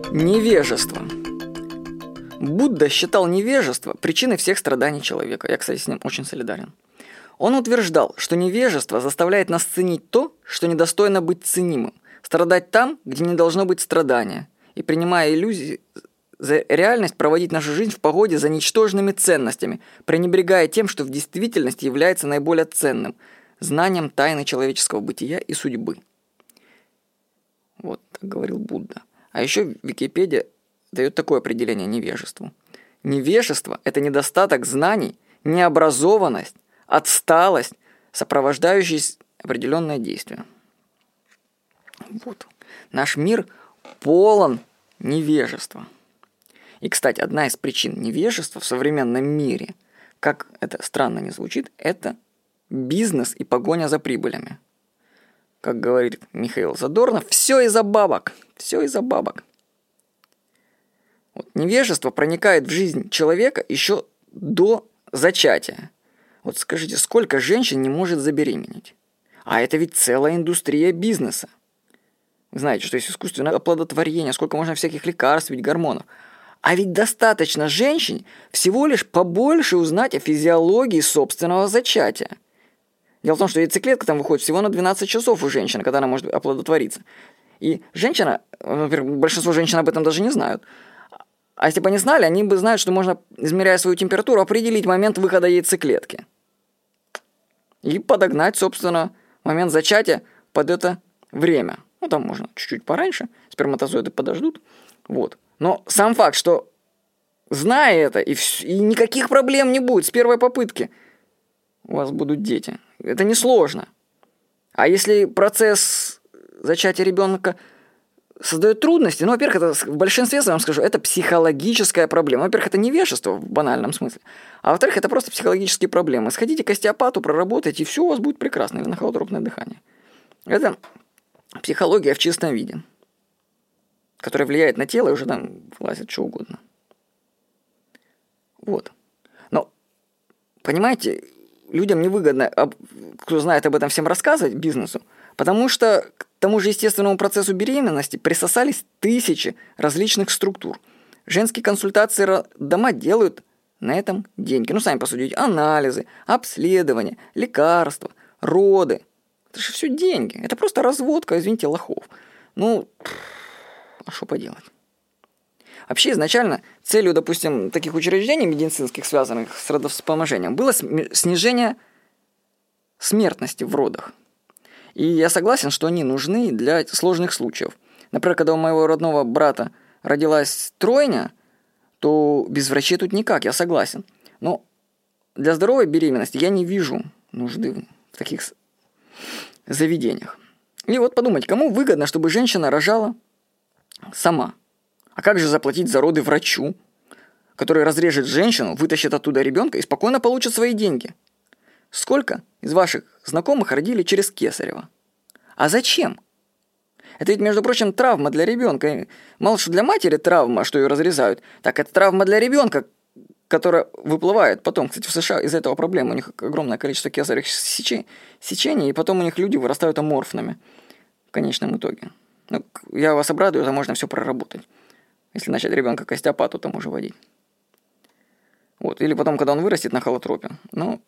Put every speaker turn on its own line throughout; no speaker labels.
Невежество. Будда считал невежество причиной всех страданий человека. Я, кстати, с ним очень солидарен. Он утверждал, что невежество заставляет нас ценить то, что недостойно быть ценимым, страдать там, где не должно быть страдания, и, принимая иллюзии за реальность, проводить нашу жизнь в погоне за ничтожными ценностями, пренебрегая тем, что в действительности является наиболее ценным – знанием тайны человеческого бытия и судьбы. Вот так говорил Будда. А еще Википедия дает такое определение невежеству. Невежество – это недостаток знаний, необразованность, отсталость, сопровождающие определенное действие. Вот. Наш мир полон невежества. И, кстати, одна из причин невежества в современном мире, как это странно не звучит, это бизнес и погоня за прибылями. Как говорит Михаил Задорнов, все из-за бабок. Все из-за бабок. Вот. Невежество проникает в жизнь человека еще до зачатия. Вот скажите, сколько женщин не может забеременеть? А это ведь целая индустрия бизнеса. Вы знаете, что есть искусственное оплодотворение, сколько можно всяких лекарств, ведь гормонов. А ведь достаточно женщине всего лишь побольше узнать о физиологии собственного зачатия. Дело в том, что яйцеклетка там выходит всего на 12 часов у женщины, когда она может оплодотвориться. И женщина, например, большинство женщин об этом даже не знают. А если бы они знали, они бы знают, что можно, измеряя свою температуру, определить момент выхода яйцеклетки. И подогнать, собственно, момент зачатия под это время. Ну, там можно чуть-чуть пораньше, сперматозоиды подождут. Вот. Но сам факт, что зная это, и никаких проблем не будет с первой попытки, у вас будут дети. Это несложно. А если процесс зачатия ребенка создает трудности, ну, во-первых, это в большинстве, я вам скажу, это психологическая проблема. Во-первых, это невежество в банальном смысле. А во-вторых, это просто психологические проблемы. Сходите к остеопату, проработайте, и все у вас будет прекрасно. Или на холотропное дыхание. Это психология в чистом виде, которая влияет на тело и уже там влазит что угодно. Вот. Но, понимаете, людям невыгодно, кто знает об этом, всем рассказывать, бизнесу, потому что к тому же естественному процессу беременности присосались тысячи различных структур. Женские консультации дома делают на этом деньги. Ну, сами посудите, анализы, обследования, лекарства, роды. Это же все деньги. Это просто разводка, извините, лохов. Ну, а что поделать? Вообще, изначально целью, допустим, таких учреждений медицинских, связанных с родовспоможением, было снижение смертности в родах. И я согласен, что они нужны для сложных случаев. Например, когда у моего родного брата родилась тройня, то без врачей тут никак, я согласен. Но для здоровой беременности я не вижу нужды в таких заведениях. И вот подумайте, кому выгодно, чтобы женщина рожала сама? А как же заплатить за роды врачу, который разрежет женщину, вытащит оттуда ребенка и спокойно получит свои деньги? Сколько из ваших знакомых родили через кесарево? А зачем? Это ведь, между прочим, травма для ребенка. Мало что для матери травма, что ее разрезают, так это травма для ребенка, которая выплывает потом. Кстати, в США из-за этого проблема. У них огромное количество кесаревых сечений, и потом у них люди вырастают аморфными в конечном итоге. Ну, я вас обрадую, это можно все проработать. Если начать ребенка к остеопату тому же водить. Вот. Или потом, когда он вырастет на холотропе. Ну,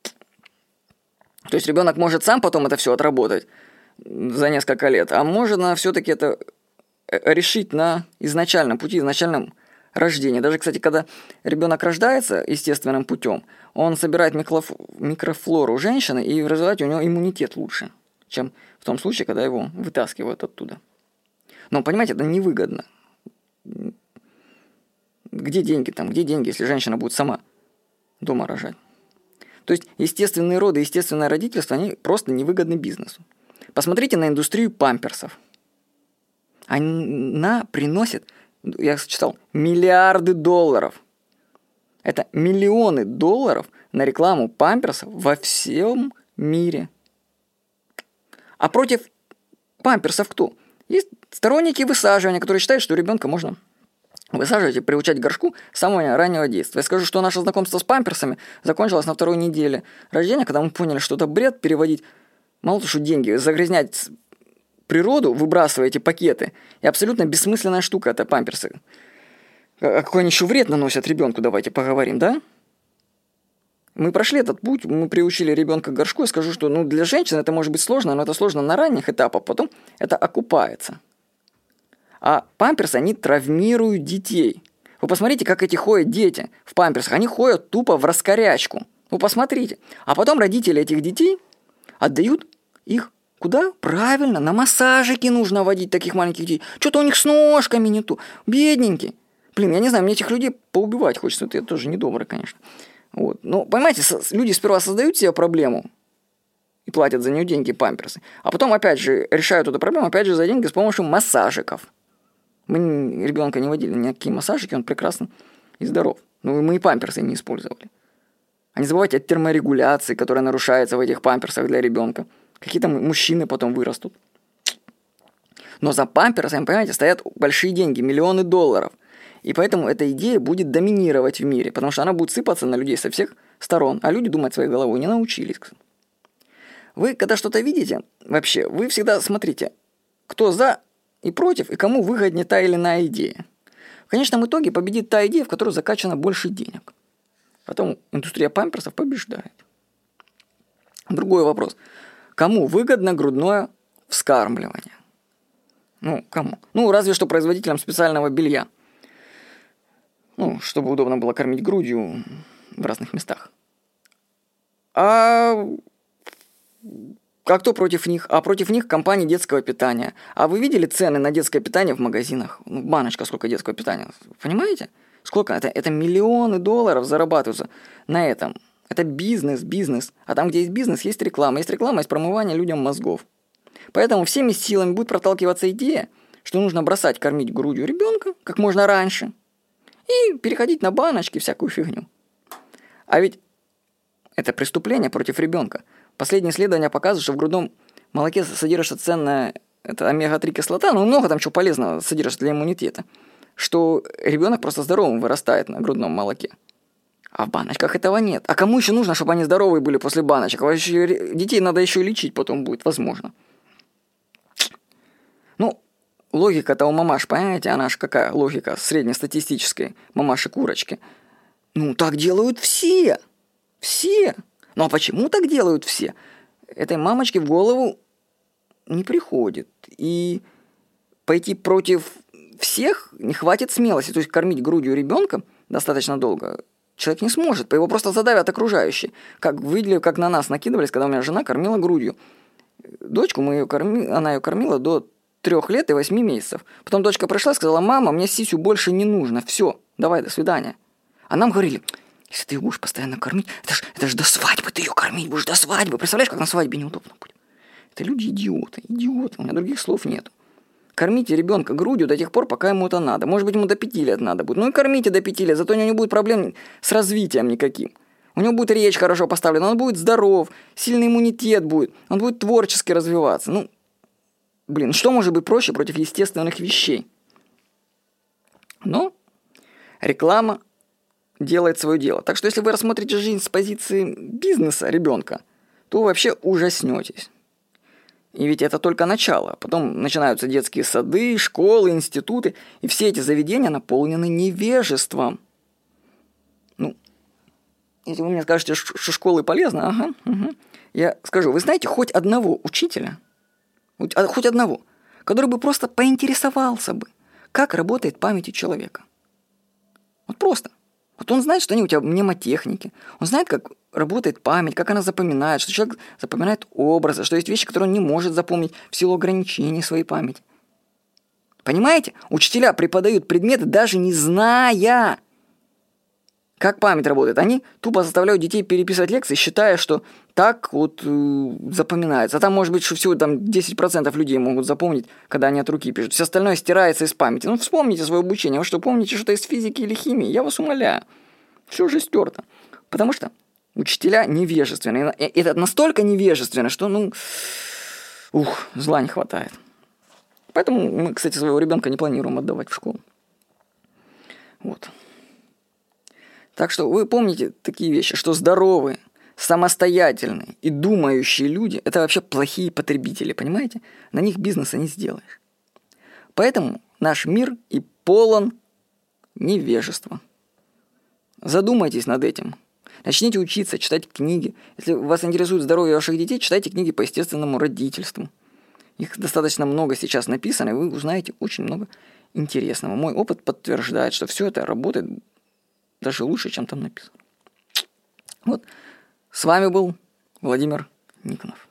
то есть ребенок может сам потом это все отработать за несколько лет, а можно все-таки это решить на изначальном пути, изначальном рождении. Даже, кстати, когда ребенок рождается естественным путем, он собирает микрофлору женщины, и в результате у него иммунитет лучше, чем в том случае, когда его вытаскивают оттуда. Но, понимаете, это невыгодно. Где деньги там? Где деньги, если женщина будет сама дома рожать? То есть естественные роды, естественное родительство, они просто невыгодны бизнесу. Посмотрите на индустрию памперсов. Она приносит, я читал, миллиарды долларов. Это миллионы долларов на рекламу памперсов во всем мире. А против памперсов кто? Есть сторонники высаживания, которые считают, что ребенка можно высаживать и приучать к горшку с самого раннего детства. Я скажу, что наше знакомство с памперсами закончилось на 2-й неделе рождения, когда мы поняли, что это бред переводить, мало того, что деньги, загрязнять природу, выбрасывая эти пакеты. И абсолютно бессмысленная штука это памперсы. Какой они еще вред наносят ребенку, давайте поговорим, да? Мы прошли этот путь, мы приучили ребенка к горшку. Я скажу, что для женщин это может быть сложно, но это сложно на ранних этапах, потом это окупается. А памперсы, они травмируют детей. Вы посмотрите, как эти ходят дети в памперсах. Они ходят тупо в раскорячку. Вы посмотрите. А потом родители этих детей отдают их куда? Правильно, на массажики нужно водить таких маленьких детей. Что-то у них с ножками не то. Бедненькие. Блин, я не знаю, мне этих людей поубивать хочется. Это тоже недобро, конечно. Вот. Но, понимаете, люди сперва создают себе проблему и платят за нее деньги, памперсы. А потом, опять же, решают эту проблему, опять же, за деньги с помощью массажиков. Мы ребенка не водили ни на какие массажики, он прекрасен и здоров. Но мы и памперсы не использовали. А не забывайте о терморегуляции, которая нарушается в этих памперсах для ребенка. Какие-то мужчины потом вырастут. Но за памперсами, понимаете, стоят большие деньги, миллионы долларов. И поэтому эта идея будет доминировать в мире, потому что она будет сыпаться на людей со всех сторон, а люди думать своей головой не научились. Вы, когда что-то видите, вообще, вы всегда смотрите, кто за и против, и кому выгоднее та или иная идея. В конечном итоге победит та идея, в которой закачано больше денег. Потом индустрия памперсов побеждает. Другой вопрос. Кому выгодно грудное вскармливание? Кому? Разве что производителям специального белья. Чтобы удобно было кормить грудью в разных местах. А кто против них? А против них компании детского питания. А вы видели цены на детское питание в магазинах? Баночка сколько детского питания. Понимаете? Сколько? Это миллионы долларов зарабатываются на этом. Это бизнес. А там, где есть бизнес, есть реклама. Есть реклама, есть промывание людям мозгов. Поэтому всеми силами будет проталкиваться идея, что нужно бросать кормить грудью ребенка как можно раньше и переходить на баночки, всякую фигню. А ведь это преступление против ребенка. Последние исследования показывают, что в грудном молоке содержится ценная омега-3 кислота, много там чего полезного содержится для иммунитета, что ребенок просто здоровым вырастает на грудном молоке. А в баночках этого нет. А кому еще нужно, чтобы они здоровые были после баночек? Детей надо еще лечить потом будет, возможно. Логика-то у мамаш, понимаете, она же какая логика среднестатистической мамаши-курочки. Так делают все. Все. А почему так делают все? Этой мамочке в голову не приходит. И пойти против всех не хватит смелости. То есть кормить грудью ребенка достаточно долго человек не сможет. Его просто задавят окружающие. Как видели, как на нас накидывались, когда у меня жена кормила грудью. Дочку она ее кормила до 3 лет и 8 месяцев. Потом дочка пришла и сказала: мама, мне сисю больше не нужно. Все, давай, до свидания. А нам говорили: если ты ее будешь постоянно кормить, это ж до свадьбы ты ее кормить будешь, до свадьбы. Представляешь, как на свадьбе неудобно будет? Это люди идиоты. У меня других слов нет. Кормите ребенка грудью до тех пор, пока ему это надо. Может быть, ему до 5 лет надо будет. И кормите до 5 лет, зато у него не будет проблем с развитием никаким. У него будет речь хорошо поставлена, он будет здоров, сильный иммунитет будет, он будет творчески развиваться. Что может быть проще против естественных вещей? Но реклама делает свое дело. Так что если вы рассмотрите жизнь с позиции бизнеса ребенка, то вы вообще ужаснетесь. И ведь это только начало. Потом начинаются детские сады, школы, институты. И все эти заведения наполнены невежеством. Если вы мне скажете, что школы полезны, я скажу, вы знаете хоть одного учителя, хоть одного, который бы просто поинтересовался бы, как работает память у человека. Просто. Он знает, что они у тебя мнемотехники, он знает, как работает память, как она запоминает, что человек запоминает образы, что есть вещи, которые он не может запомнить в силу ограничений своей памяти. Понимаете? Учителя преподают предметы, даже не зная, как память работает. Они тупо заставляют детей переписывать лекции, считая, что так запоминается. А там может быть, что всего 10% людей могут запомнить, когда они от руки пишут. Все остальное стирается из памяти. Вспомните свое обучение. Вы что, помните что-то из физики или химии? Я вас умоляю. Все уже стерто. Потому что учителя невежественные. Это настолько невежественно, что, зла не хватает. Поэтому мы, кстати, своего ребенка не планируем отдавать в школу. Так что вы помните такие вещи, что здоровые, самостоятельные и думающие люди – это вообще плохие потребители, понимаете? На них бизнеса не сделаешь. Поэтому наш мир и полон невежества. Задумайтесь над этим. Начните учиться, читать книги. Если вас интересует здоровье ваших детей, читайте книги по естественному родительству. Их достаточно много сейчас написано, и вы узнаете очень много интересного. Мой опыт подтверждает, что все это работает даже лучше, чем там написано. Вот. С вами был Владимир Никонов.